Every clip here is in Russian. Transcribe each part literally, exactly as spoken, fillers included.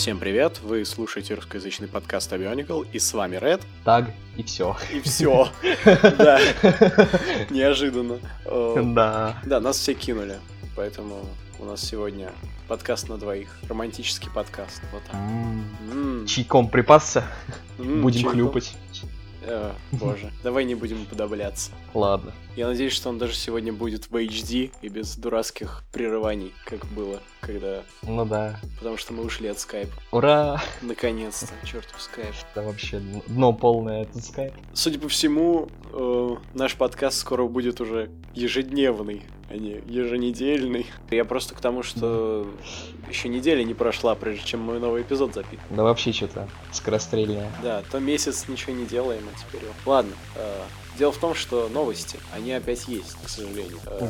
Всем привет, вы слушаете русскоязычный подкаст Avionical, и с вами Ред. Так, и все. И все, да, неожиданно. Да. Да, нас все кинули, поэтому у нас сегодня подкаст на двоих, романтический подкаст, вот так. Чайком припасся, будем хлюпать. Э, боже, давай не будем уподобляться. Ладно. Я надеюсь, что он даже сегодня будет в эйч ди и без дурацких прерываний, как было, когда... Ну да. Потому что мы ушли от скайпа. Ура! Наконец-то, чертов скайп. Да вообще, дно полное это скайп. Судя по всему, э, наш подкаст скоро будет уже ежедневный, а не еженедельный. Я просто к тому, что еще неделя не прошла, прежде чем мой новый эпизод запит. Да вообще что-то скорострельное. Да, то месяц ничего не делаем, а теперь... Ладно, э, дело в том, что новости, они опять есть, к сожалению. Э,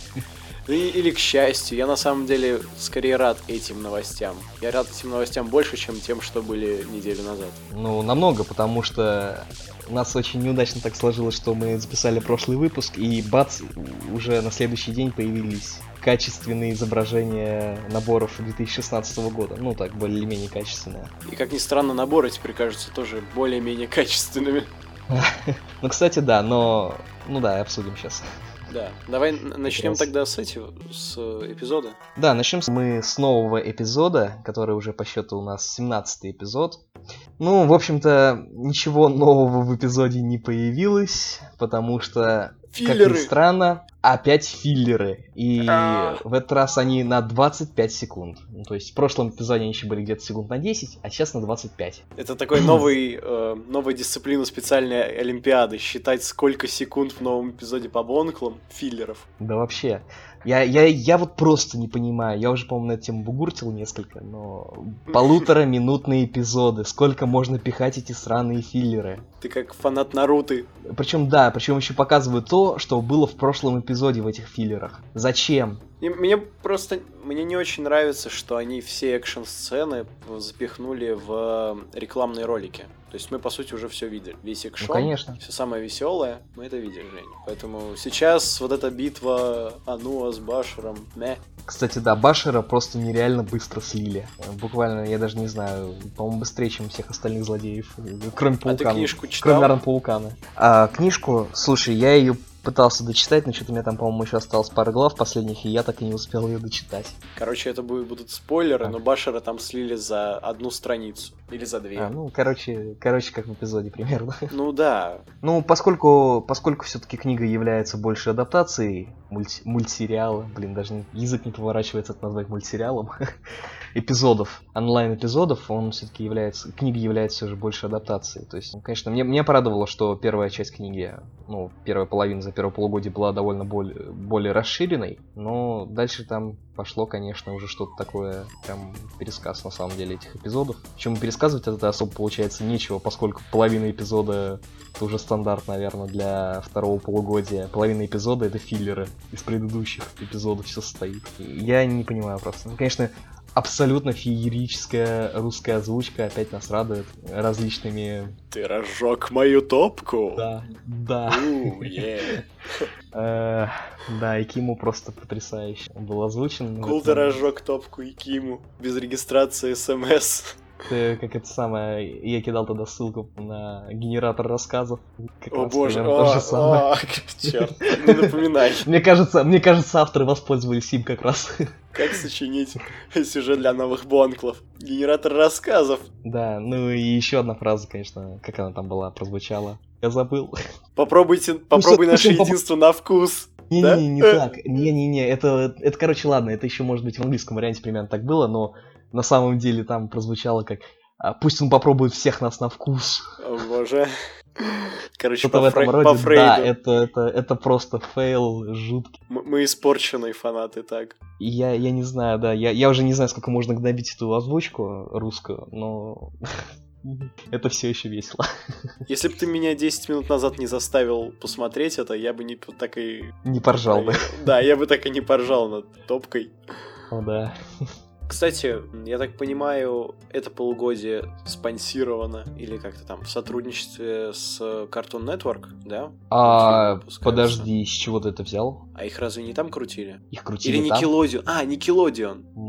или к счастью, я на самом деле скорее рад этим новостям. Я рад этим новостям больше, чем тем, что были неделю назад. Ну, намного, потому что у нас очень неудачно так сложилось, что мы записали прошлый выпуск, и бац, уже на следующий день появились качественные изображения наборов две тысячи шестнадцатого года. Ну, так, более-менее качественные. И, как ни странно, наборы теперь кажутся тоже более-менее качественными. Ну, кстати, да, но... Ну да, обсудим сейчас. Да, давай начнем тогда с этого, с эпизода. Да, начнем мы с нового эпизода, который уже по счету у нас семнадцатый эпизод. Ну, в общем-то, ничего нового в эпизоде не появилось, потому что, филлеры. Как ни странно, опять филлеры. И А-а-а. в этот раз они на двадцать пять секунд. Ну, то есть в прошлом эпизоде они еще были где-то секунд на десять, а сейчас на двадцать пять. Это такой новый, э, новая дисциплина специальной олимпиады. Считать, сколько секунд в новом эпизоде по бонклам филлеров. Да вообще. Я, я, я вот просто не понимаю. Я уже, по-моему, на эту тему бугуртил несколько, но полутораминутные эпизоды. Сколько можно пихать эти сраные филлеры? Ты как фанат Наруто. Причем, да, причем еще показывают то, что было в прошлом эпизоде в этих филлерах. Зачем? И мне просто, мне не очень нравится, что они все экшн-сцены запихнули в рекламные ролики. То есть мы, по сути, уже все видели. Весь экшон, ну, конечно. Все самое веселое, мы это видели, Женя. Поэтому сейчас вот эта битва Ануа с Башером, мeh. Кстати, да, Башера просто нереально быстро слили. Буквально, я даже не знаю, по-моему, быстрее, чем всех остальных злодеев. Кроме Паукана. А ты книжку читал? Кроме, наверное, Паукана. А, книжку, слушай, я ее пытался дочитать, но что-то у меня там, по-моему, еще осталось пара глав последних, и я так и не успел ее дочитать. Короче, это будут спойлеры, так. но Башера там слили за одну страницу. Или за две. А, ну, короче, короче, как в эпизоде примерно. Ну да. Ну, поскольку, поскольку все-таки книга является больше адаптацией мульти- мультсериала, блин, даже не, язык не поворачивается это назвать мультсериалом, эпизодов, онлайн-эпизодов, он все-таки является, книга является все же больше адаптацией. То есть, ну, конечно, мне, мне порадовало, что первая часть книги, ну, первая половина за первое полугодие была довольно более, более расширенной, но дальше там пошло, конечно, уже что-то такое, прям пересказ на самом деле этих эпизодов. Причем пересказывать это особо получается нечего, поскольку половина эпизода это уже стандарт, наверное, для второго полугодия. Половина эпизода это филлеры из предыдущих эпизодов все состоит. Я не понимаю просто. Ну, конечно, абсолютно феерическая русская озвучка опять нас радует различными... Ты разжег мою топку? Да, да. Да, и Киму просто потрясающе был озвучен. Кул, ты разжег топку и Киму без регистрации смс. Ты, как это самое, я кидал тогда ссылку на генератор рассказов. Как О раз боже, то же самое. О, черт, не напоминай. Мне кажется, мне кажется, авторы воспользовались им как раз. Как сочинить сюжет для новых бонклов? Генератор рассказов. Да, ну и еще одна фраза, конечно, как она там была, прозвучала. Я забыл. Попробуйте, попробуй наше единство на вкус. Не-не-не, не так. Не-не-не, это, это, короче, ладно, это еще, может быть, в английском варианте примерно так было, но на самом деле там прозвучало как «Пусть он попробует всех нас на вкус». О боже. Короче, по, по, в этом фрей... роде, по Фрейду. Да, это, это, это просто фейл жуткий. Мы, мы испорченные фанаты, так. Я, я не знаю, да, я, я уже не знаю, сколько можно гнобить эту озвучку русскую, но это все еще весело. Если бы ты меня десять минут назад не заставил посмотреть это, я бы не так и... Не поржал бы. Да, я бы так и не поржал над топкой. О, да. Кстати, я так понимаю, это полугодие спонсировано или как-то там в сотрудничестве с Cartoon Network, да? А, подожди, с чего ты это взял? А их разве не там крутили? Их крутили Или там? Nickelodeon? А, Nickelodeon. М,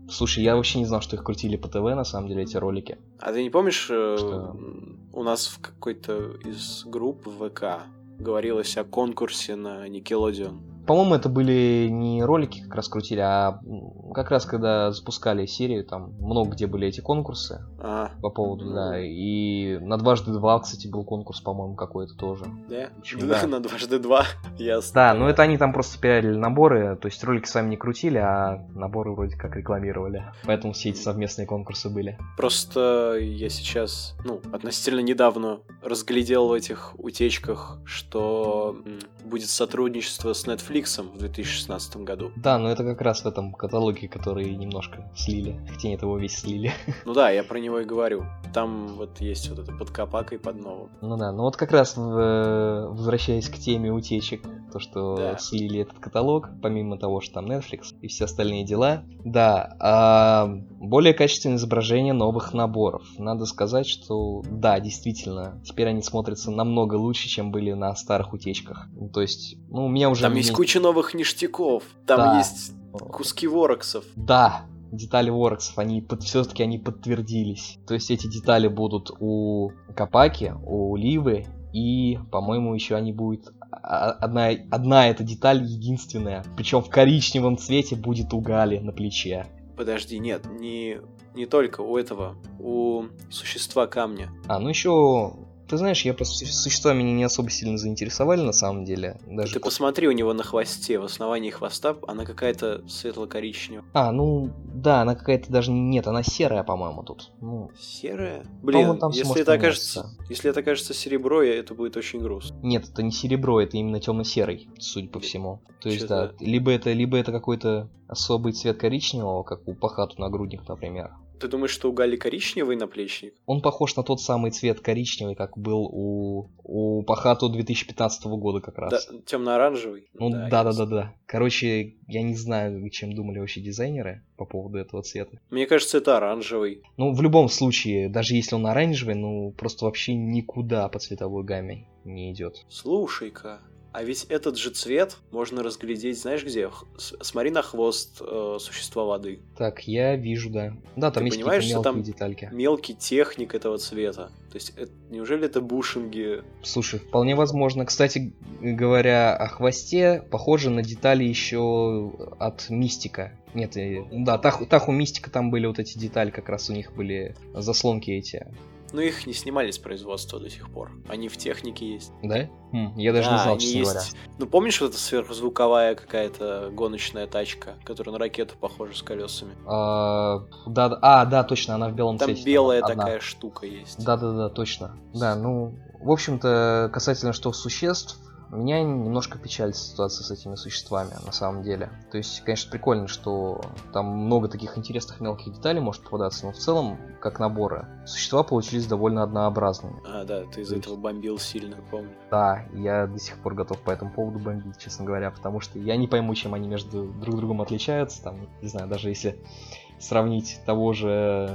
Слушай, я вообще не знал, что их крутили по ТВ, на самом деле, эти ролики. А ты не помнишь, Что? у нас в какой-то из групп в ВК говорилось о конкурсе на Nickelodeon? По-моему, это были не ролики как раз крутили, а как раз когда запускали серию, там много где были эти конкурсы А, по поводу, да. И на дважды два, кстати, был конкурс, по-моему, какой-то тоже. да? Почему? Да. На дважды два, ясно. Да, ну это они там просто пиарили наборы, то есть ролики сами не крутили, а наборы вроде как рекламировали. Поэтому все эти совместные конкурсы были. Просто я сейчас, ну, относительно недавно разглядел в этих утечках, что м, будет сотрудничество с Netflix в две тысячи шестнадцатом году. Да, но это как раз в этом каталоге, который немножко слили. Хотя нет, его весь слили. Ну да, я про него и говорю. Там вот есть вот это под Копакой, под новым. Ну да, ну вот как раз в- возвращаясь к теме утечек, то, что Да. слили этот каталог, помимо того, что там Netflix и все остальные дела. Да, а, более качественное изображение новых наборов. Надо сказать, что да, действительно, теперь они смотрятся намного лучше, чем были на старых утечках. Ну, то есть, ну, у меня уже... Там есть не- куча новых ништяков. Там Да. есть куски вороксов. Да, детали вороксов, они под, все-таки они подтвердились. То есть эти детали будут у Копаки, у Ливы, и, по-моему, еще они будут... а- Одна, одна эта деталь единственная. Причем в коричневом цвете будет у Гали на плече. Подожди, нет, не, не только у этого, у существа камня. А, ну еще... Ты знаешь, я просто существа меня не особо сильно заинтересовали на самом деле. Даже Ты посмотри, у него на хвосте, в основании хвоста, она какая-то светло-коричневая. А, ну да, она какая-то даже не- нет, она серая, по-моему, тут. Ну, Серая? По-моему, Блин, там всё если может это поменяться. окажется, если это окажется серебро, я- это будет очень грустно. нет, это не серебро, это именно темно-серый, судя по всему. То есть, Чё-то- да, либо это, либо это какой-то особый цвет коричневого, как у Пахату нагрудник, например. Ты думаешь, что у Гали коричневый наплечник? Он похож на тот самый цвет коричневый, как был у, у Пахату две тысячи пятнадцатого года как раз. Да, темно-оранжевый? Ну да, да, ясно. да, да. Короче, я не знаю, чем думали вообще дизайнеры по поводу этого цвета. Мне кажется, это оранжевый. Ну, в любом случае, даже если он оранжевый, ну, просто вообще никуда по цветовой гамме не идет. Слушай-ка, а ведь этот же цвет можно разглядеть, знаешь где? Х- с- Смотри на хвост э, существа воды. Так, я вижу, да. Да, там Ты есть понимаешь, какие-то что мелкие там детальки. мелкий техник этого цвета. То есть, это- неужели это бушинги? Слушай, вполне возможно. Кстати говоря, о хвосте похоже на детали еще от Мистика. Нет, э, да, Таху, Таху Мистика там были вот эти детали, как раз у них были заслонки эти. Ну, их не снимали с производства до сих пор. Они в технике есть. Да? Хм, я даже Да, не знал, они честно говоря. есть. Ну, помнишь, вот эта сверхзвуковая какая-то гоночная тачка, которая на ракету похожа с колесами? А, да, да, а, да, точно, она в белом Там цвете. белая одна. такая штука есть. Да-да-да, точно. Да, ну, в общем-то, касательно что существ, меня немножко печалит ситуация с этими существами, на самом деле. То есть, конечно, прикольно, что там много таких интересных мелких деталей может попадаться, но в целом, как наборы, существа получились довольно однообразными. А, да, ты из-за этого бомбил сильно, помню. Да, я до сих пор готов по этому поводу бомбить, честно говоря, потому что я не пойму, чем они между друг другом отличаются, там, не знаю, даже если сравнить того же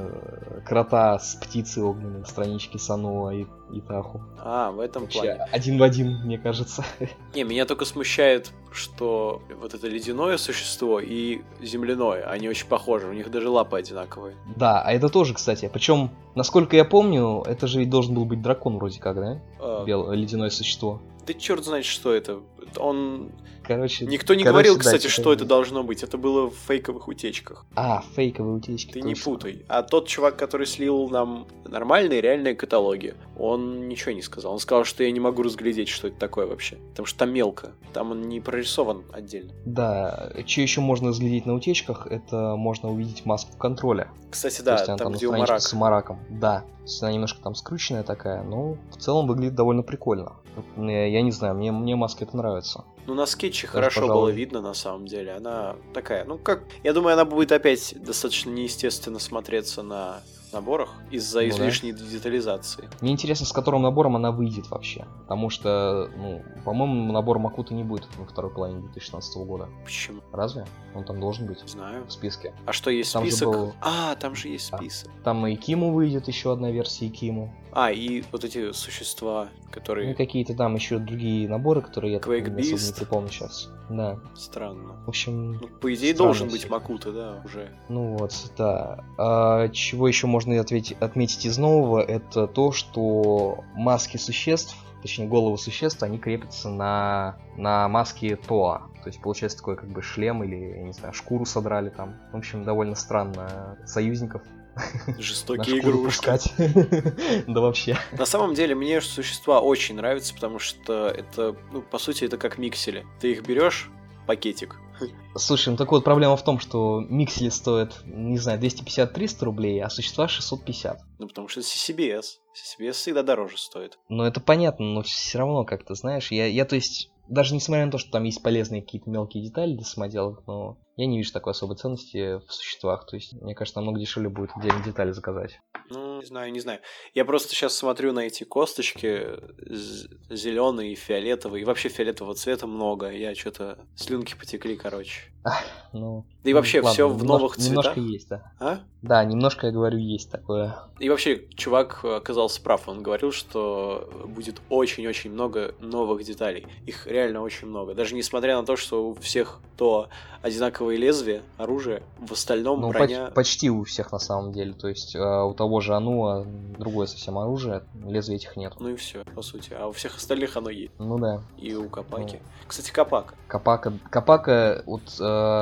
э, крота с птицей огненной в страничке Сануа и, и Таху. А, в этом Вообще, плане. один в один, мне кажется. Не, меня только смущает, что вот это ледяное существо и земляное, они очень похожи, у них даже лапы одинаковые. Да, а это тоже, кстати. Причем, насколько я помню, это же ведь должен был быть дракон вроде как, да? А, Бел... Ледяное существо. да черт знает, что это. Он... Короче, Никто не короче, говорил, да, кстати, типа- что это должно быть. Это было в фейковых утечках. А, фейковые утечки. Ты не точно. путай. А тот чувак, который слил нам нормальные, реальные каталоги, он ничего не сказал. Он сказал, что я не могу разглядеть, что это такое вообще. Потому что там мелко. Там он не прорисован отдельно. Да, что еще можно разглядеть на утечках, это можно увидеть маску контроля. Кстати, То да, есть она там, на где у страничке Марак. с Мараком. Да. То есть она немножко там скрученная такая, но в целом выглядит довольно прикольно. Вот, Я, я не знаю, мне, мне маска это нравится. Ну, на скетче Даже, хорошо пожалуй. было видно, на самом деле. Она такая, ну как... Я думаю, она будет опять достаточно неестественно смотреться на наборах из-за Ну да. излишней детализации. Мне интересно, с которым набором она выйдет вообще. Потому что, ну, по-моему, набор Макута не будет во второй половине две тысячи шестнадцатого года. Почему? Разве? Он там должен быть Не знаю. в списке. А что, есть Там же список? был- А, там же есть Да. список. Там и Киму выйдет, еще одна версия Киму. А, и вот эти существа, которые... Ну и какие-то там еще другие наборы, которые я Quake не особо не Beast. припомню сейчас. Да. Странно. В общем... Ну, по идее, странно должен быть всё. Макута, да, уже. Ну вот, да. А, чего еще можно ответить, отметить из нового, это то, что маски существ, точнее головы существ, они крепятся на, на маске Тоа. То есть получается такой как бы шлем или, я не знаю, шкуру содрали там. В общем, довольно странно. Союзников Жестокие на шкуру игрушки. пускать. Да вообще. На самом деле, мне существа очень нравятся, потому что это, ну, по сути, это как миксели. Ты их берешь, пакетик. Слушай, ну так вот проблема в том, что миксели стоят, не знаю, двести пятьдесят - триста рублей, а существа шестьсот пятьдесят. Ну, потому что это си си би эс. си си би эс всегда дороже стоит. Ну это понятно, но все равно как-то, знаешь, я, я то есть, даже несмотря на то, что там есть полезные какие-то мелкие детали для самоделок, но я не вижу такой особой ценности в существах. То есть, мне кажется, намного дешевле будет отдельные детали заказать. Ну, не знаю, не знаю. Я просто сейчас смотрю на эти косточки зеленые и фиолетовые. И вообще фиолетового цвета много. Я что-то слюнки потекли, короче. Ну, да и вообще ладно, все в немножко, новых цветах. Немножко есть, да. А? Да, немножко, я говорю, есть такое. И вообще, чувак оказался прав. Он говорил, что будет очень-очень много новых деталей. Их реально очень много. Даже несмотря на то, что у всех то одинаковые лезвия, оружие, в остальном ну, броня... Поч- почти у всех на самом деле. То есть, э, у того же Ануа другое совсем оружие, лезвий этих нет. Ну и все, по сути. А у всех остальных оно есть. Ну да. И у Капаки. Ну. Кстати, Капака. Капака, Капака, вот, э,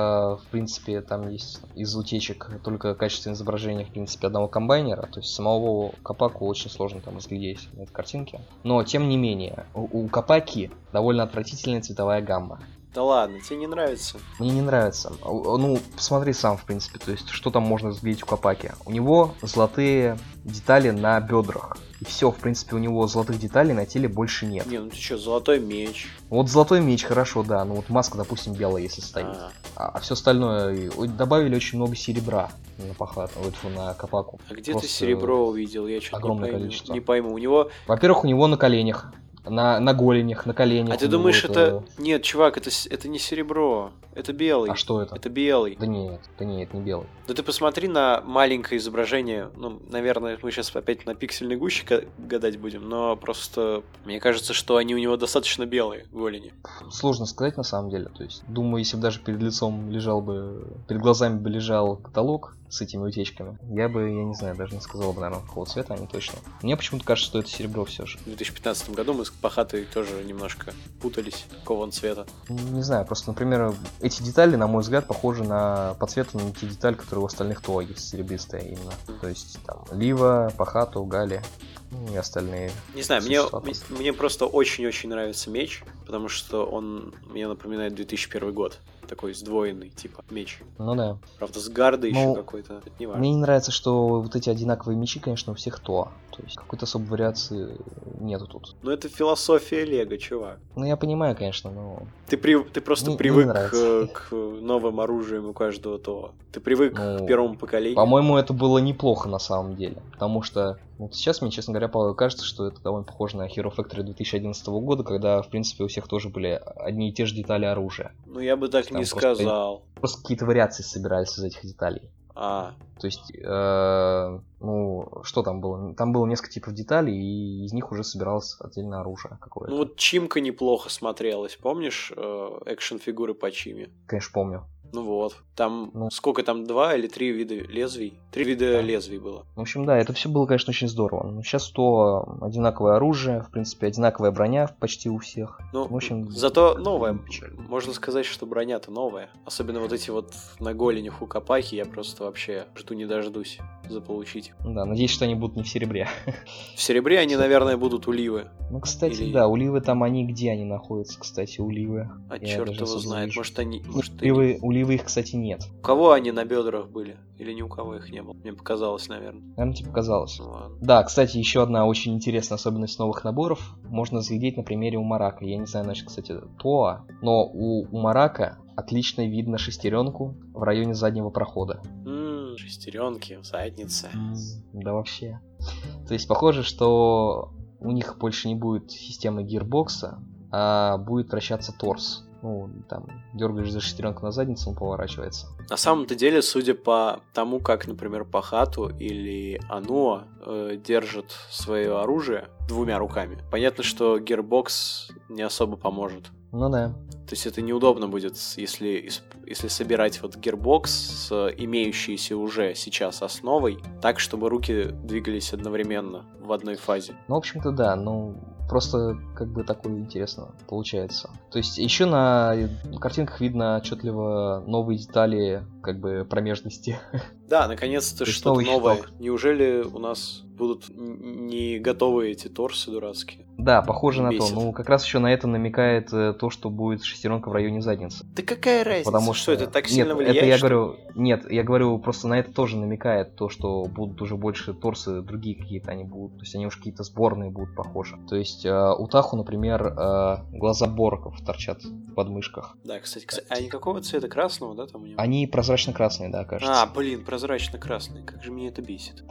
в принципе, там есть из утечек только качественное изображение, в принципе, одного комбайнера, то есть самого Капаку очень сложно там разглядеть на этой картинке. Но, тем не менее, у, у Капаки довольно отвратительная цветовая гамма. Да ладно, тебе не нравится? Мне не нравится. Ну, посмотри сам, в принципе, то есть, что там можно разглядеть у Капаки. У него золотые детали на бедрах. И все, в принципе, у него золотых деталей на теле больше нет. Не, ну ты что, золотой меч. Вот золотой меч, хорошо, да. Ну вот маска, допустим, белая, если стоит. А, а все остальное добавили очень много серебра на пахату, вот, на Капаку. А где просто ты серебро увидел? Я что-то не пойму. Количество. Не пойму. У него. Во-первых, у него на коленях. На, на голенях, на коленях. А ты думаешь, это... это... Нет, чувак, это, это не серебро. Это белый. А что это? Это белый. Да нет, да нет, это не белый. Да ты посмотри на маленькое изображение. Ну, наверное, мы сейчас опять на пиксельной гуще гадать будем, но просто мне кажется, что они у него достаточно белые, голени. Сложно сказать на самом деле. То есть, думаю, если бы даже перед лицом лежал бы... Перед глазами бы лежал каталог с этими утечками, я бы, я не знаю, даже не сказал бы, наверное, какого цвета они точно. Мне почему-то кажется, что это серебро все же. В две тысячи пятнадцатом году мы с Пахатой тоже немножко путались, какого он цвета. Не знаю, просто, например, эти детали, на мой взгляд, похожи на по цвету на те детали, которые у остальных то есть, серебристые именно. То есть, там, Лива, Пахату, Гали, ну и остальные. Не знаю, мне, мне просто очень-очень нравится меч, потому что он мне напоминает две тысячи первый год. Такой сдвоенный, типа, меч. Ну да. Правда, с гардой ну, еще какой-то, это не важно. Мне не нравится, что вот эти одинаковые мечи, конечно, у всех то. То есть какой-то особой вариации нету тут. Ну это философия Лего, чувак. Ну я понимаю, конечно, но... Ты, при... ты просто не, привык не к, к новым оружиям у каждого то. Ты привык ну, к первому поколению. По-моему, это было неплохо на самом деле. Потому что вот сейчас мне, честно говоря, кажется, что это довольно похоже на Hero Factory две тысячи одиннадцатого года, когда, в принципе, у всех тоже были одни и те же детали оружия. Ну я бы так там не просто, сказал. Просто какие-то вариации собирались из этих деталей. А. То есть, э, ну, что там было? Там было несколько типов деталей, и из них уже собиралось отдельное оружие какое-то. Ну вот Чимка неплохо смотрелась, помнишь э, экшн-фигуры по Чиме? Конечно, помню. Ну вот, там ну, сколько там, два или три вида лезвий? Три вида да. лезвий было. В общем, да, это все было, конечно, очень здорово. Но сейчас то одинаковое оружие, в принципе, одинаковая броня почти у всех. Ну, в общем, зато новая. Можно сказать, что броня-то новая. Особенно вот эти вот на голенях у Капаки, я просто вообще жду не дождусь заполучить. Да, надеюсь, что они будут не в серебре. В серебре они, наверное, будут у Ливы. Ну, кстати, Или... да, у Ливы там они где они находятся, кстати, у Ливы? А черт его знает, вижу. может они... Может, у, Ливы, у Ливы их, кстати, нет. У кого они на бедрах были? Или ни у кого их не было? Мне показалось, наверное. Наверное, тебе показалось. Ну, ладно. Да, кстати, еще одна очень интересная особенность новых наборов. Можно разглядеть на примере у Марака. Я не знаю, значит, кстати, Тоа, но у, у Марака отлично видно шестеренку в районе заднего прохода. М-м, шестеренки в заднице. М-м, да вообще. То есть похоже, что у них больше не будет системы гирбокса, а будет вращаться торс. Ну, там, дергаешь за шестеренку на задницу, он поворачивается. На самом-то деле, судя по тому, как, например, Пахату или Ануа э, держат свое оружие двумя руками, понятно, что гирбокс не особо поможет. Ну да. То есть это неудобно будет, если, если собирать вот гирбокс с имеющейся уже сейчас основой, так, чтобы руки двигались одновременно в одной фазе. Ну, в общем-то, да, ну... Просто как бы такое интересно получается. То есть еще на картинках видно отчетливо новые детали как бы промежности. Да, наконец-то что-то новое. Щиток. Неужели у нас будут не готовые эти торсы дурацкие? Да, похоже на то. Ну, как раз еще на это намекает то, что будет шестеренка в районе задницы. Да какая разница? Потому что, что это так нет, сильно влияет? Это я что... говорю, нет, я говорю, просто на это тоже намекает то, что будут уже больше торсы, другие какие-то они будут. То есть они уж какие-то сборные будут похожи. То есть э, у Таху, например, э, глаза Бороков торчат в подмышках. Да, кстати, кстати, а они какого цвета? Красного, да, там у него? Они прозрачно-красные, да, кажется. А, блин, прозрачно-красные. Как же меня это бесит.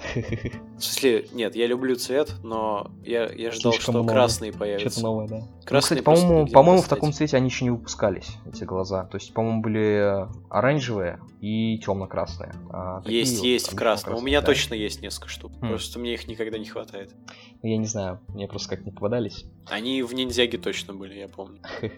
В смысле, нет, я люблю цвет, но я, я ждал, Слишком что много. красные появятся. Что-то новое, да. Красные, ну, кстати, по-моему, по-моему в таком цвете они еще не выпускались, эти глаза. То есть, по-моему, были оранжевые и темно-красные. А есть, вот, есть в красном. У меня да. точно есть несколько штук. Хм. Просто мне их никогда не хватает. Я не знаю, мне просто как не попадались. Они в ниндзяге точно были, я помню.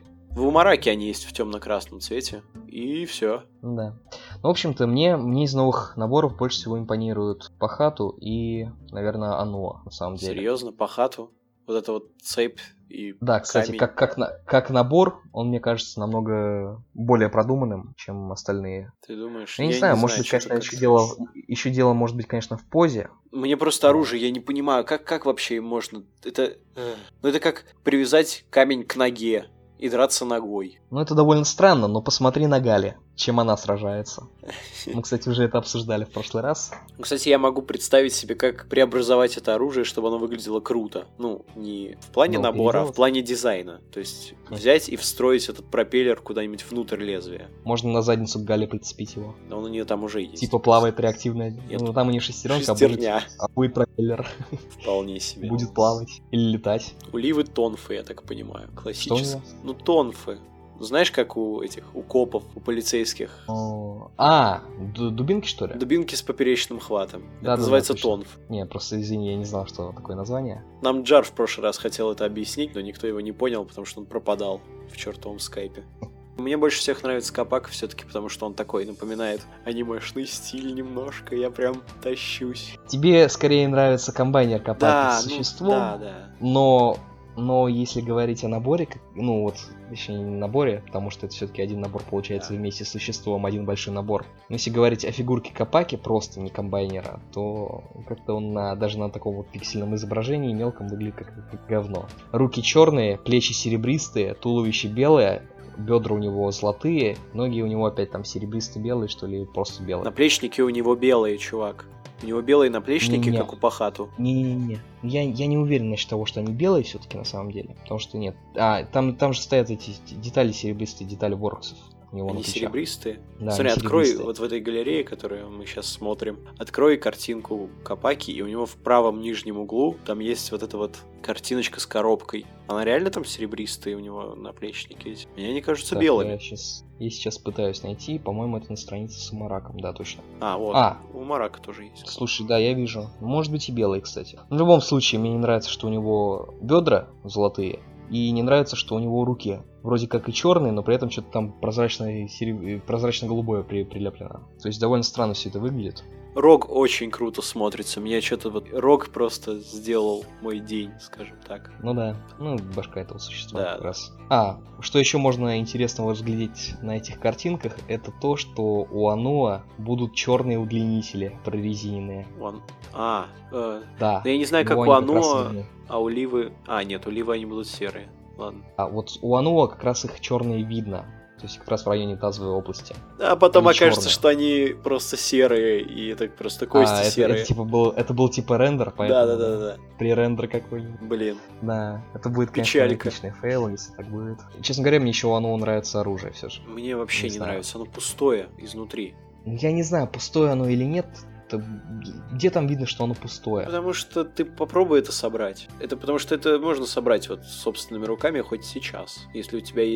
В Умараке они есть в темно-красном цвете. И все. Да. Ну, в общем-то, мне, мне из новых наборов больше всего импонируют Пахату и, наверное, Ануа, на самом деле. Серьезно? Пахату? Вот это вот цепь и Да, кстати, камень. как, как, на, как набор, он, мне кажется, намного более продуманным, чем остальные. Ты думаешь? Я не я знаю, не может знаю, быть, конечно, как... еще дело, еще дело, может быть, конечно, в позе. Мне просто оружие, я не понимаю, как, как вообще можно... Это... Ну, это как привязать камень к ноге и драться ногой. Ну, это довольно странно, но посмотри на Гали, чем она сражается. Мы, кстати, уже это обсуждали в прошлый раз. Кстати, я могу представить себе, как преобразовать это оружие, чтобы оно выглядело круто. Ну, не в плане Ну, набора, а переделать. в плане дизайна. То есть взять и встроить этот пропеллер куда-нибудь внутрь лезвия. Можно на задницу к Гале прицепить его. Но он у нее там уже есть. Типа плавает реактивная. Нет. Ну, там у нее шестеренка, а будет, Шестерня. а будет пропеллер. Вполне себе. Будет плавать или летать. Уливы тонфы, я так понимаю. Что у Классические. него? Ну, тонфы. Знаешь, как у этих, у копов, у полицейских? О, А, ду- дубинки, что ли? Дубинки с поперечным хватом. Да, Это да, называется да, точно. тонф. Не, просто извини, я не знал, что такое название. Нам Джар в прошлый раз хотел это объяснить, но никто его не понял, потому что он пропадал в чертовом скайпе. Мне больше всех нравится Капак все-таки, потому что он такой напоминает анимешный стиль немножко, я прям тащусь. Тебе скорее нравится комбайнер Капак Да, как ну, существо, да, да. но, но если говорить о наборе, как- ну вот, точнее не наборе, потому что это все-таки один набор получается Да. вместе с существом, один большой набор. Но если говорить о фигурке Капаки, просто не комбайнера, то как-то он на, даже на таком вот пиксельном изображении мелком выглядит как, как говно. Руки черные, плечи серебристые, туловище белое, бедра у него золотые, ноги у него опять там серебристо-белые, что ли, просто белые. Наплечники у него белые, чувак. У него белые наплечники, Не-не. как у Пахату. Не-не-не, я, я не уверен насчет того, что они белые все-таки на самом деле, потому что нет. А, там, там же стоят эти детали серебристые, детали ворксов. У него на Они плечах. серебристые. Да, Смотри, они открой серебристые. вот в этой галерее, которую мы сейчас смотрим, открой картинку Капаки, и у него в правом нижнем углу там есть вот эта вот картиночка с коробкой. Она реально там серебристая, у него наплечники эти? Мне они кажутся Так, белыми. Я сейчас, я сейчас пытаюсь найти, по-моему, это на странице с Умараком, да, точно. А, вот. А. У Марака тоже есть. Слушай, да, я вижу. Может быть и белые, кстати. В любом случае, мне не нравится, что у него бедра золотые, и не нравится, что у него руки вроде как и черные, но при этом что-то там прозрачное, сереб... прозрачно-голубое при... прилеплено. То есть довольно странно все это выглядит. Рог очень круто смотрится. Мне что-то вот... Рог просто сделал мой день, скажем так. Ну да, ну башка этого существа Да. как раз. А, что еще можно интересного разглядеть на этих картинках, это то, что у Ануа будут черные удлинители прорезиненные. Вон. А, э, Да. ну я не знаю, как него у они как раз Ануа, видны. а у Ливы... А, нет, у Ливы они будут серые. Ладно. А вот у Ануа как раз их черные видно. То есть как раз в районе тазовой области. А потом Они окажется, чёрные. что они просто серые, и это просто кости а, это, серые. это типа был, это был типа рендер, поэтому Да, да, да, да. пререндер какой-нибудь. Блин. Да, это будет, конечно, Печалька. отличный фейл, если так будет. Честно говоря, мне еще у Ануа нравится оружие все же. Мне вообще Не не, знаю. нравится. Оно пустое изнутри. Я не знаю, пустое оно или нет. Это- Где там видно, что оно пустое? Потому что ты попробуй это собрать. Это потому что это можно собрать вот собственными руками хоть сейчас. Если у тебя есть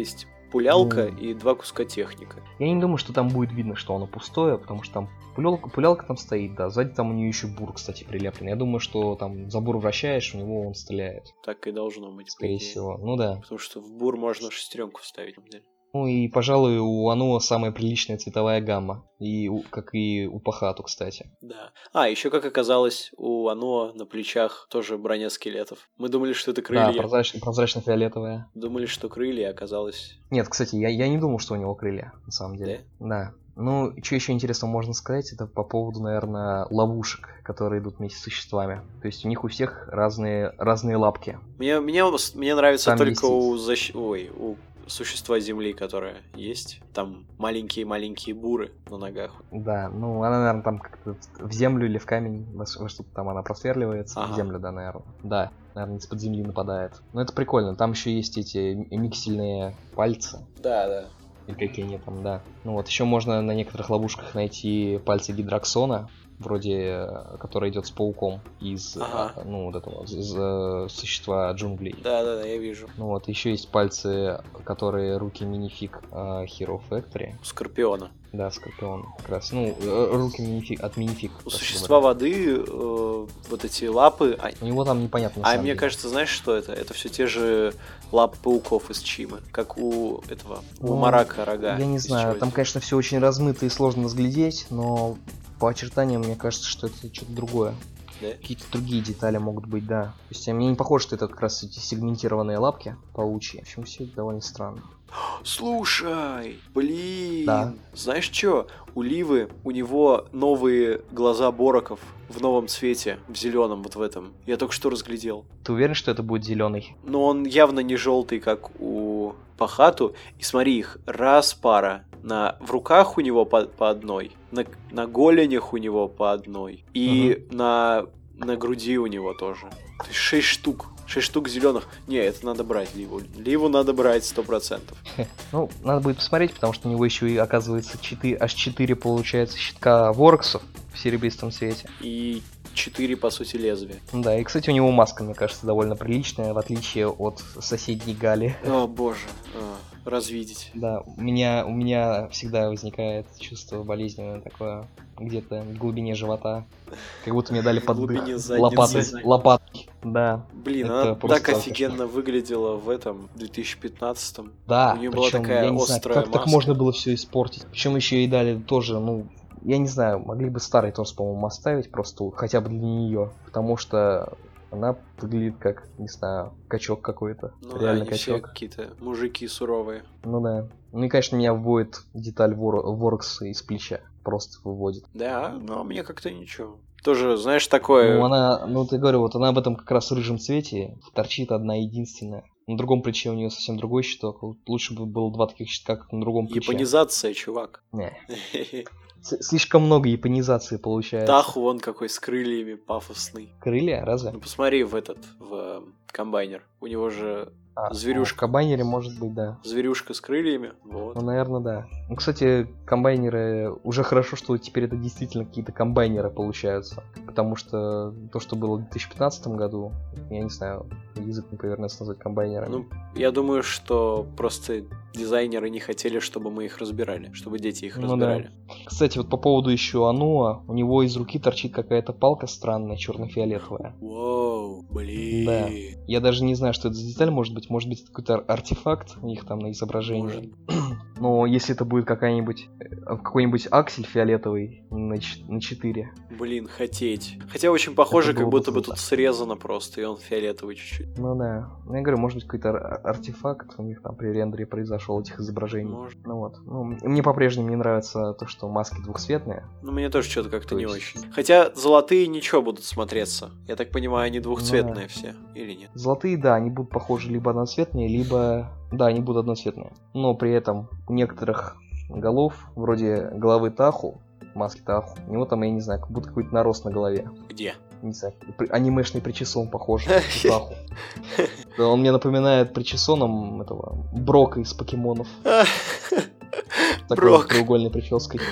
пулялка Ну. и два куска техника. Я не думаю, что там будет видно, что оно пустое, потому что там пулялка, пулялка там стоит, да. Сзади там у нее еще бур, кстати, прилеплен. Я думаю, что там за бур вращаешь, у него он стреляет. Так и должно быть. по Скорее идее. всего. Ну да. Потому что в бур можно шестеренку вставить. Ну и, пожалуй, у Ануа самая приличная цветовая гамма. И у- как и у Пахату, кстати. Да. А, еще как оказалось, у Ануа на плечах тоже броня скелетов. Мы думали, что это Да, крылья. прозрач- прозрачно-фиолетовая. Думали, что крылья, оказалось... Нет, кстати, я, я не думал, что у него крылья, на самом деле. Да. Ну, что еще интересного можно сказать, это по поводу, наверное, ловушек, которые идут вместе с существами. То есть у них у всех разные, разные лапки. Мне, мне, мне нравится Там только есть- у, защ... Ой, у существа Земли, которое есть. Там маленькие-маленькие буры на ногах. Да, ну она, наверное, там как-то в землю или в камень, во, во что-то там она просверливается. Ага. В землю, да, наверное. Да, наверное, из-под земли нападает. Но это прикольно. Там еще есть эти миксельные пальцы. Да, да. Или какие они там, да. Ну вот, еще можно на некоторых ловушках найти пальцы Гидроксона, вроде, э, который идет с пауком из, Ага. э, ну, вот этого, из, из, э, существа джунглей. Да, да, да, я вижу. Ну вот, еще есть пальцы, которые руки минифиг э, Hero Factory. У Скорпиона. Да, Скорпион, как раз. Ну, э, руки минифиг, от минифиг. У проще существа говоря. воды э, вот эти лапы... А, У него там непонятно, на а самом мне деле. кажется, знаешь, что это? Это все те же лапы пауков из Чимы. Как у этого... У Ну, Марака рога. Я не из знаю, чего там, это? конечно, все очень размыто и сложно разглядеть, но по очертаниям мне кажется, что это что-то другое. Да? Какие-то другие детали могут быть, да. То есть мне не похоже, что это как раз эти сегментированные лапки паучьи. В общем, все это довольно странно. Слушай, блин, Да. знаешь что? У Ливы, у него новые глаза Бороков в новом цвете, в зеленом вот в этом. Я только что разглядел. Ты уверен, что это будет зеленый? Но он явно не желтый, как у Пахату. И смотри, их раз пара. На, в руках у него по, по одной, на, на голенях у него по одной. И на, на груди у него тоже. То есть шесть штук. Шесть штук зеленых. Не, это надо брать Ливу. Ливу надо брать сто процентов. Ну, надо будет посмотреть, потому что у него еще и оказывается четыре, аж четыре получается щитка Ворксов в серебристом цвете. И четыре, по сути, лезвия. Да, и, кстати, у него маска, мне кажется, довольно приличная, в отличие от соседней Гали. О, боже. А, развидеть. Да, у меня, у меня всегда возникает чувство болезненное такое, где-то в глубине живота. Как будто мне дали В под дых глубине задницы. лопатой, лопатой. Да. Блин, Это она просто так кошмар. офигенно выглядела в этом две тысячи пятнадцатом. Да, У неё была причем, такая я не знаю, острая как так маска. можно было все испортить. Причем еще и дали тоже, ну, я не знаю, могли бы старый торс, по-моему, оставить просто хотя бы для нее, потому что она выглядит как, не знаю, качок какой-то, Ну да, реально они все качок. какие-то мужики суровые. Ну да. Ну и, конечно, меня вводит деталь вор... Воркса из плеча, просто выводит. Да, но мне как-то ничего. Тоже, знаешь, такое... Ну, она, ну, ты говорю, вот она в этом как раз рыжем цвете торчит одна единственная. На другом плече у нее совсем другой щиток. Вот лучше бы было два таких щитка, как на другом плече. Японизация, чувак. Не. С- Слишком много японизации получается. Таху вон какой с крыльями пафосный. Крылья, разве? Ну посмотри в этот, в э, комбайнер. У него же А, зверюшка. В комбайнере может быть, да. зверюшка с крыльями. Вот. Ну, наверное, да. Ну, кстати, комбайнеры... Уже хорошо, что теперь это действительно какие-то комбайнеры получаются. Потому что то, что было в две тысячи пятнадцатом году, я не знаю, язык не повернется назвать комбайнерами. Ну, я думаю, что просто дизайнеры не хотели, чтобы мы их разбирали, чтобы дети их Ну разбирали. Кстати, вот по поводу еще Ануа, у него из руки торчит какая-то палка странная, черно-фиолетовая. Воу, блин. Да. Я даже не знаю, что это за деталь может быть. Может быть, это какой-то ар- артефакт у них там на изображении. Но если это будет какая-нибудь э, какой-нибудь аксель фиолетовый на, ч- на четыре. Блин, хотеть. Хотя очень похоже, Это как было бы будто бы круто. тут срезано просто, и он фиолетовый чуть-чуть. Ну да. Ну, я говорю, может быть, какой-то ар- артефакт у них там при рендере произошел этих изображений. Может. Ну вот. Ну, мне по-прежнему не нравится то, что маски двухцветные. Ну, мне тоже что-то как-то То не есть- очень. Хотя золотые ничего будут смотреться. Я так понимаю, они двухцветные Ну все, или нет? Золотые, да, они будут похожи либо одноцветные, либо... Да, они будут одноцветные. Но при этом у некоторых голов, вроде головы Таху, маски Таху, у него там, я не знаю, как будто какой-то нарост на голове. Где? Не знаю, при- анимешный причесон похож на Таху. Да, он мне напоминает причесоном этого Брока из покемонов. Такой Брок. треугольной прической.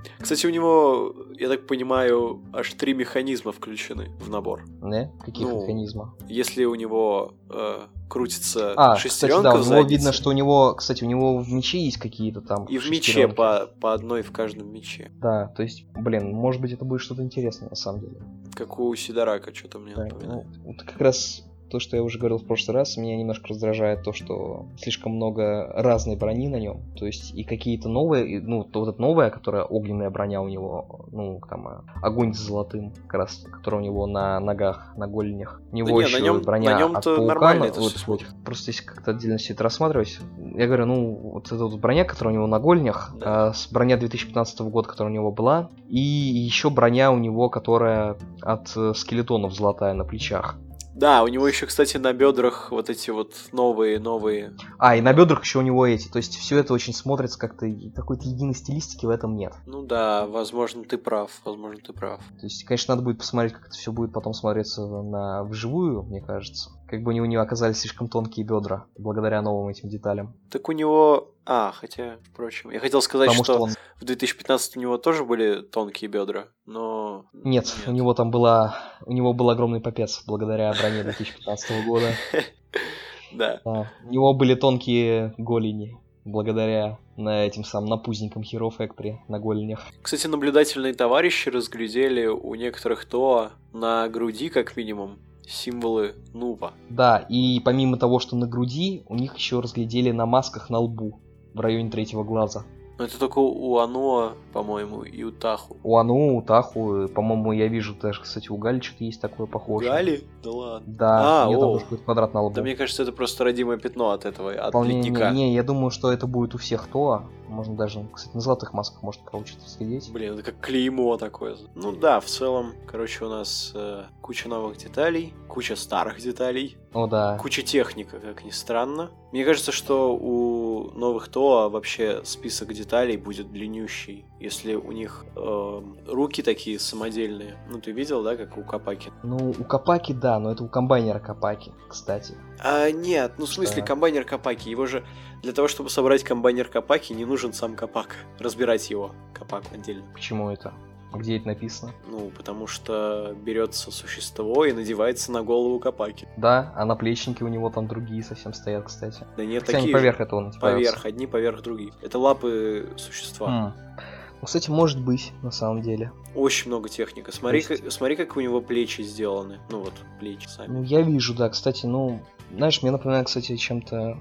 Кстати, у него, я так понимаю, аж три механизма включены в набор. Не? Каких Ну, механизмов? Если у него э, крутится А, кстати, шестеренка да, у в него заднице, видно, что у него, кстати, у него в мече есть какие-то там и в мече шестеренки. по, по одной в каждом мече. Да, то есть, блин, может быть, это будет что-то интересное на самом деле. Как у Сидорака, что-то мне Да, напоминает. ну, вот как раз то, что я уже говорил в прошлый раз, меня немножко раздражает то, что слишком много разной брони на нем. То есть и какие-то новые, и, ну, то вот эта новая, которая огненная броня у него, ну, там, а, огонь с золотым, как раз, который у него на ногах, на голенях. У него Да не, еще на нем- броня на нем-то от паука, нормально ну, это вот, всё вот, смотрится. просто если как-то отдельно все это рассматривать, я говорю, ну, вот эта вот броня, которая у него на голенях, Да. а, с броня две тысячи пятнадцатого года, которая у него была, и еще броня у него, которая от э, скелетонов золотая на плечах. Да, у него еще, кстати, на бедрах вот эти вот новые-новые. А, и на бедрах еще у него эти. То есть все это очень смотрится как-то, и какой-то единой стилистики в этом нет. Ну да, возможно, ты прав, возможно, ты прав. То есть, конечно, надо будет посмотреть, как это все будет потом смотреться на вживую, мне кажется. Как бы у него не оказались слишком тонкие бедра, благодаря новым этим деталям. Так у него... А, хотя, впрочем, я хотел сказать, Потому что, что он... в две тысячи пятнадцатом у него тоже были тонкие бедра, но... Нет, у него там была... У него был огромный попец, благодаря броне две тысячи пятнадцатого года. Да. Да. У него были тонкие голени, благодаря на этим самым напузникам Hero Factory на голенях. Кстати, наблюдательные товарищи разглядели у некоторых то на груди, как минимум, символы Нува. Да, и помимо того, что на груди, у них еще разглядели на масках на лбу, в районе третьего глаза. Но это только у Аноа, по-моему, и у Таху. У Ану, у Таху, по-моему, я вижу даже, кстати, у Гали что-то есть такое похожее. Гали? Да ладно. Да, А, у нее там о. тоже будет квадрат на лбу. Да мне кажется, это просто родимое пятно от этого, от Вполне, не, ледника. не, я думаю, что это будет у всех то. Можно даже, кстати, на золотых масках может получиться разглядеть. Блин, это как клеймо такое. Ну да, в целом, короче, у нас э, куча новых деталей, куча старых деталей, О, да. куча техника, как ни странно. Мне кажется, что у новых ТОА вообще список деталей будет длиннющий, если у них э, руки такие самодельные. Ну ты видел, да, как у Капаки? Ну, у Капаки, да, но это у комбайнера Капаки, кстати. А, нет, ну в смысле Да. комбайнер Капаки. Его же для того, чтобы собрать комбайнер Капаки, не нужен сам Капак. Разбирать его, Капак отдельно. Почему это? Где это написано? Ну, потому что берется существо и надевается на голову Капаки. Да, а наплечники у него там другие совсем стоят, кстати. Да нет, Хотя они такие поверх же. этого надеваются. Поверх, одни поверх других. Это лапы существа. М. Ну, кстати, может быть, на самом деле. Очень много техника. Смотри, То есть- как, смотри, как у него плечи сделаны. Ну вот, плечи сами. Ну, я вижу, да, кстати, ну, знаешь, мне напоминает, кстати, чем-то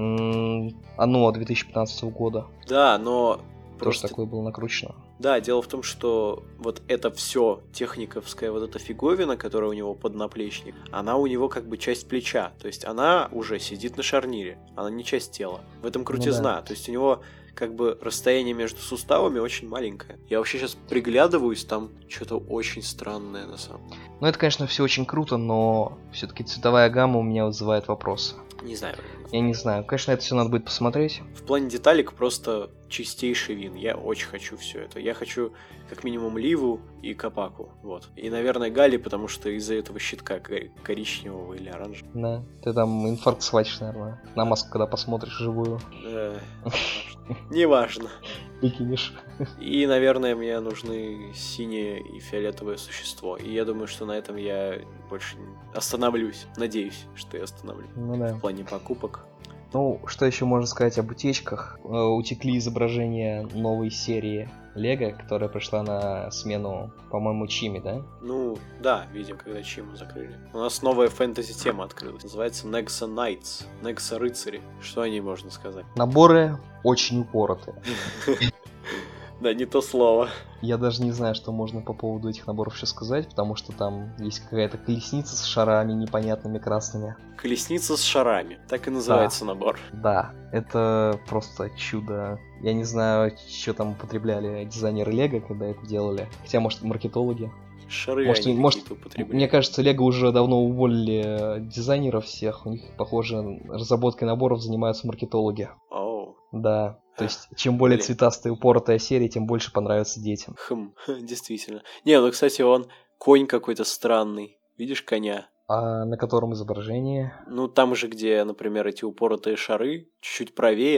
м, оно две тысячи пятнадцатого года. Да, но Тоже просто... такое было накручено. Да, дело в том, что вот это все техниковская вот эта фиговина, которая у него под наплечник, она у него как бы часть плеча. То есть она уже сидит на шарнире, она не часть тела. В этом крутизна. То есть у него как бы расстояние между суставами очень маленькое. Я вообще сейчас приглядываюсь, там что-то очень странное на самом деле. Ну, это, конечно, все очень круто, но все-таки цветовая гамма у меня вызывает вопросы. Не знаю. Я не знаю, конечно, это все надо будет посмотреть. В плане деталек просто чистейший вин. Я очень хочу все это. Я хочу как минимум Ливу и Капаку. Вот. И, наверное, Гали, потому что из-за этого щитка кор- коричневого или оранжевого. Да, ты там инфаркт схватишь, наверное, на маску, когда посмотришь живую. Э, Неважно. Выкинешь. И, наверное, мне нужны синее и фиолетовое существо. И я думаю, что на этом я больше не остановлюсь. Надеюсь, что я остановлюсь. Ну да. В плане покупок. Ну, что еще можно сказать об утечках? Э, Утекли изображения новой серии Лего, которая пришла на смену, по-моему, Чими, да? Ну, да, видим, когда Чиму закрыли. У нас новая фэнтези-тема открылась. Называется Nexa Knights. Nexa Рыцари. Что о ней можно сказать? Наборы очень упоротые. Да, не то слово. Я даже не знаю, что можно по поводу этих наборов еще сказать, потому что там есть какая-то колесница с шарами непонятными красными. Колесница с шарами. Так и называется набор. Да, это просто чудо. Я не знаю, что там употребляли дизайнеры Лего, когда это делали. Хотя, может, маркетологи. Шары Может, они может, какие-то употребляют. Мне кажется, Лего уже давно уволили дизайнеров всех. У них, похоже, разработкой наборов занимаются маркетологи. Оу. Да, то есть, чем более Блин. цветастая и упоротая серия, тем больше понравится детям. Хм, действительно. Не, ну, кстати, он конь какой-то странный. Видишь коня? А на котором изображение? Ну, там же, где, например, эти упоротые шары, чуть-чуть правее,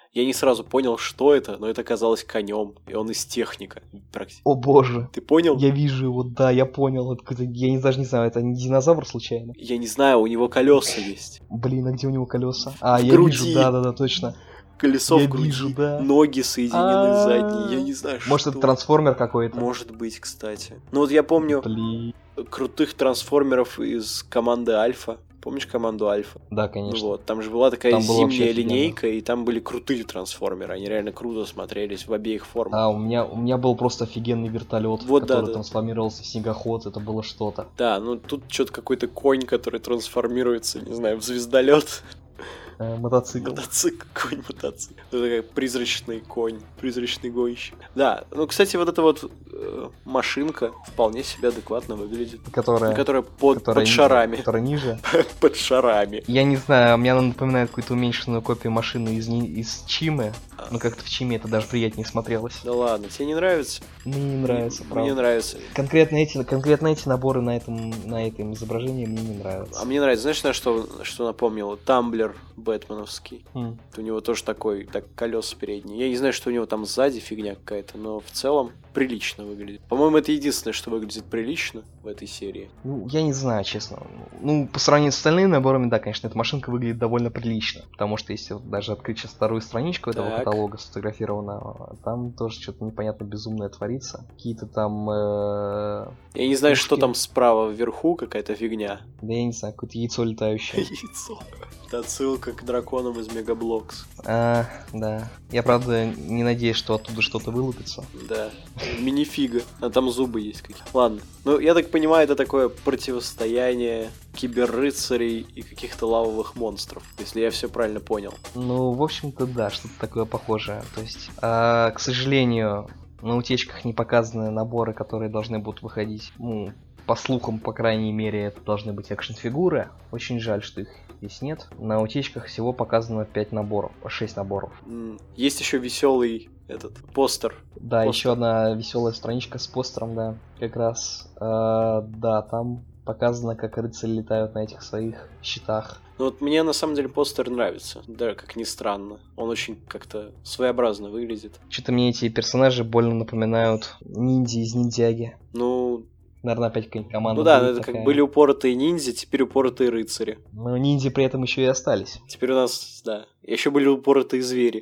Я не сразу понял, что это, но это оказалось конем, и он из техника. Практически. О боже. Ты понял? Я вижу его, да, я понял. Это какой-то- я не, даже не знаю, это не динозавр случайно? Я не знаю, у него колеса есть. Блин, а где у него колеса? А, В я груди. вижу, да-да-да, точно. Колесо Я в груди, вижу, да. ноги соединены А-а-а. задние. Я не знаю, что. Может, это трансформер какой-то? Может быть, кстати. Ну вот я помню Блин. крутых трансформеров из команды Альфа. Помнишь команду Альфа? Да, Ну конечно. вот, там же была такая Там было вообще зимняя офигенно. линейка, и там были крутые трансформеры. Они реально круто смотрелись в обеих формах. А, у меня, у меня был просто офигенный вертолет, Вот, да, который да. трансформировался в снегоход, это было что-то. Да, ну тут что-то какой-то конь, который трансформируется, не знаю, в звездолет. Э, мотоцикл. Мотоцикл, конь-мотоцикл. Это такой призрачный конь, призрачный гонщик. Да, ну, кстати, вот эта вот э, машинка вполне себе адекватно выглядит. Которая, Которая под, которая под ни- шарами. которая ниже. Под шарами. Я не знаю, мне она напоминает какую-то уменьшенную копию машины из, ни- из Чимы. Но как-то в Чиме это даже приятнее смотрелось. Да ладно, тебе не нравится? Мне не нравится, Мне правда. нравится. Конкретно эти, конкретно эти наборы на этом, на этом изображении мне не нравятся. А мне нравится, знаешь, на что, что напомнило? Тамблер бэтменовский. М. У него тоже такой, так, колеса передние. Я не знаю, что у него там сзади фигня какая-то, но в целом прилично выглядит. По-моему, это единственное, что выглядит прилично в этой серии. Ну, я не знаю, честно. Ну, по сравнению с остальными наборами, да, конечно, эта машинка выглядит довольно прилично. Потому что если вот даже открыть сейчас вторую страничку этого Так. каталога сфотографированного, там тоже что-то непонятно безумное творится. Какие-то там... э, Я не знаю, Пушки. что там справа вверху, какая-то фигня. Да я не знаю, какое-то яйцо летающее. Яйцо. Это отсылка к драконам из Мегаблокс. А, да. Я, правда, не надеюсь, что оттуда что-то вылупится. Да. Минифига. А там зубы есть какие-то. Ладно. Ну, я так понимаю, это такое противостояние киберрыцарей и каких-то лавовых монстров, если я все правильно понял. Ну, в общем-то, да, что-то такое похожее. То есть, а, к сожалению, на утечках не показаны наборы, которые должны будут выходить. Ну, по слухам, по крайней мере, это должны быть экшн-фигуры. Очень жаль, что их здесь нет. На утечках всего показано пять наборов, шесть наборов. М, Есть еще веселый этот постер. Да, Постер. еще одна веселая страничка с постером, да, как раз. А, да, там показано, как рыцари летают на этих своих щитах. Ну вот мне на самом деле постер нравится, да, как ни странно. Он очень как-то своеобразно выглядит. Что-то мне эти персонажи больно напоминают ниндзя из ниндзяги. Ну, Наверное, опять какая-нибудь команда. ну да, будет это как такая. были упоротые ниндзя, теперь упоротые рыцари. Но ниндзя при этом еще и остались. Теперь у нас, да, еще были упоротые звери.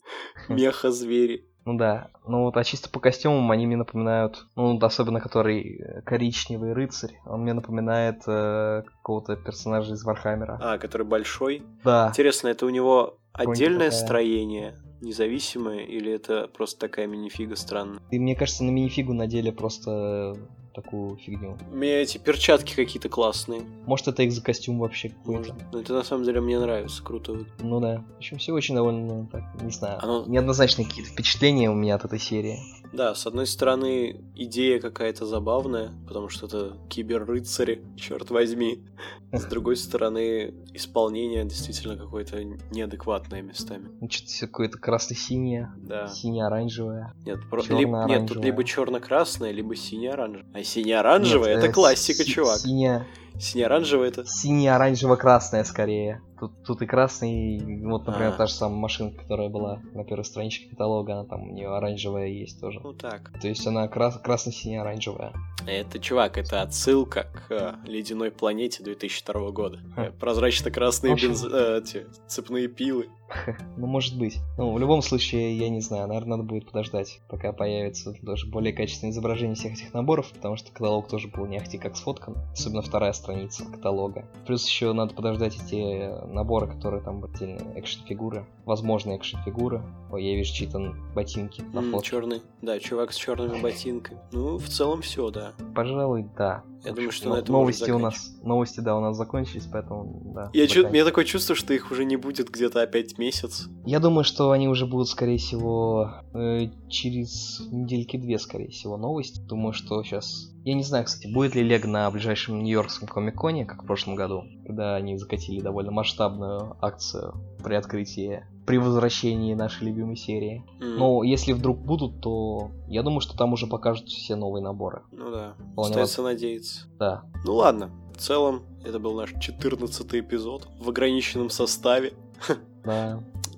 Меха-звери. Ну да. Ну вот, а чисто по костюмам они мне напоминают, ну, вот особенно который э, коричневый рыцарь, он мне напоминает э, какого-то персонажа из Вархаммера. А, который большой. Да. Интересно, это у него Какое-нибудь отдельное такая. строение, независимое, или это просто такая минифига странная? И мне кажется, на минифигу надели просто такую фигню. У меня эти перчатки какие-то классные. Может, это их за костюм вообще какой-то. Может. Но это на самом деле мне нравится, круто. выглядит. Ну да. В общем, все очень довольно, ну, так, не знаю. Оно- Неоднозначные какие-то впечатления у меня от этой серии. Да, с одной стороны, идея какая-то забавная, потому что это киберрыцари, черт возьми. С другой стороны, исполнение действительно какое-то неадекватное местами. Ну, что-то всё какое-то красно-синее, Да. сине-оранжевое. Нет, про... Чёрно- либо... Нет, тут оранжевое. либо черно-красное, либо сине-оранжевое. А сине-оранжевое Нет, это э, классика, си- чувак. Сине... Сине-оранжевое это. Сине-оранжево-красное скорее. Тут, тут и красный, и вот, например, А. та же самая машинка, которая была на первой страничке каталога, она там у нее оранжевая есть тоже. Ну так. То есть она крас- красно-сине-оранжевая. Это, чувак, это отсылка к э, ледяной планете две тысячи второго года. Э, Прозрачно-красные В общем- бенз... э, эти цепные пилы. Ну, может быть. Ну, в любом случае, я не знаю, наверное, надо будет подождать, пока появится тоже более качественное изображение всех этих наборов, потому что каталог тоже был не ахти как сфоткан, особенно вторая страница каталога. Плюс еще надо подождать эти наборы, которые там отдельные экшн-фигуры, возможные экшн-фигуры. Ой, я вижу чьи-то ботинки на фото. Черный. Да, чувак с черными ботинками. Ну, в целом все, да. Пожалуй, да. Я В думаю, общем, что на но- этом можно новости у нас, новости, да, у нас закончились, поэтому, да. Я чё, заканчиваем. у меня такое чувство, что их уже не будет где-то опять месяц. Я думаю, что они уже будут, скорее всего, э, через недельки две, скорее всего, новости. Думаю, что сейчас... Я не знаю, кстати, будет ли Лего на ближайшем Нью-Йоркском комик-коне, как в прошлом году, когда они закатили довольно масштабную акцию при открытии, при возвращении нашей любимой серии. М, Но если вдруг будут, то я думаю, что там уже покажут все новые наборы. Ну да, Вполне остается надеяться. Да. Ну ладно, в целом, это был наш четырнадцатый эпизод в ограниченном составе. Да.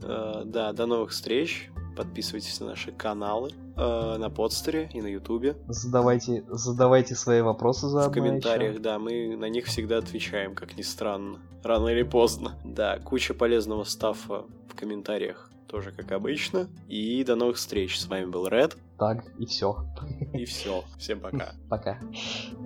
Э, да, до новых встреч. Подписывайтесь на наши каналы э, на Подстере и на Ютубе. Задавайте, задавайте свои вопросы заодно. В комментариях, еще. да, мы на них всегда отвечаем, как ни странно. Рано или поздно. Да, куча полезного стаффа в комментариях, тоже как обычно. И до новых встреч. С вами был Ред. Так, и все. И все. Всем пока. Пока.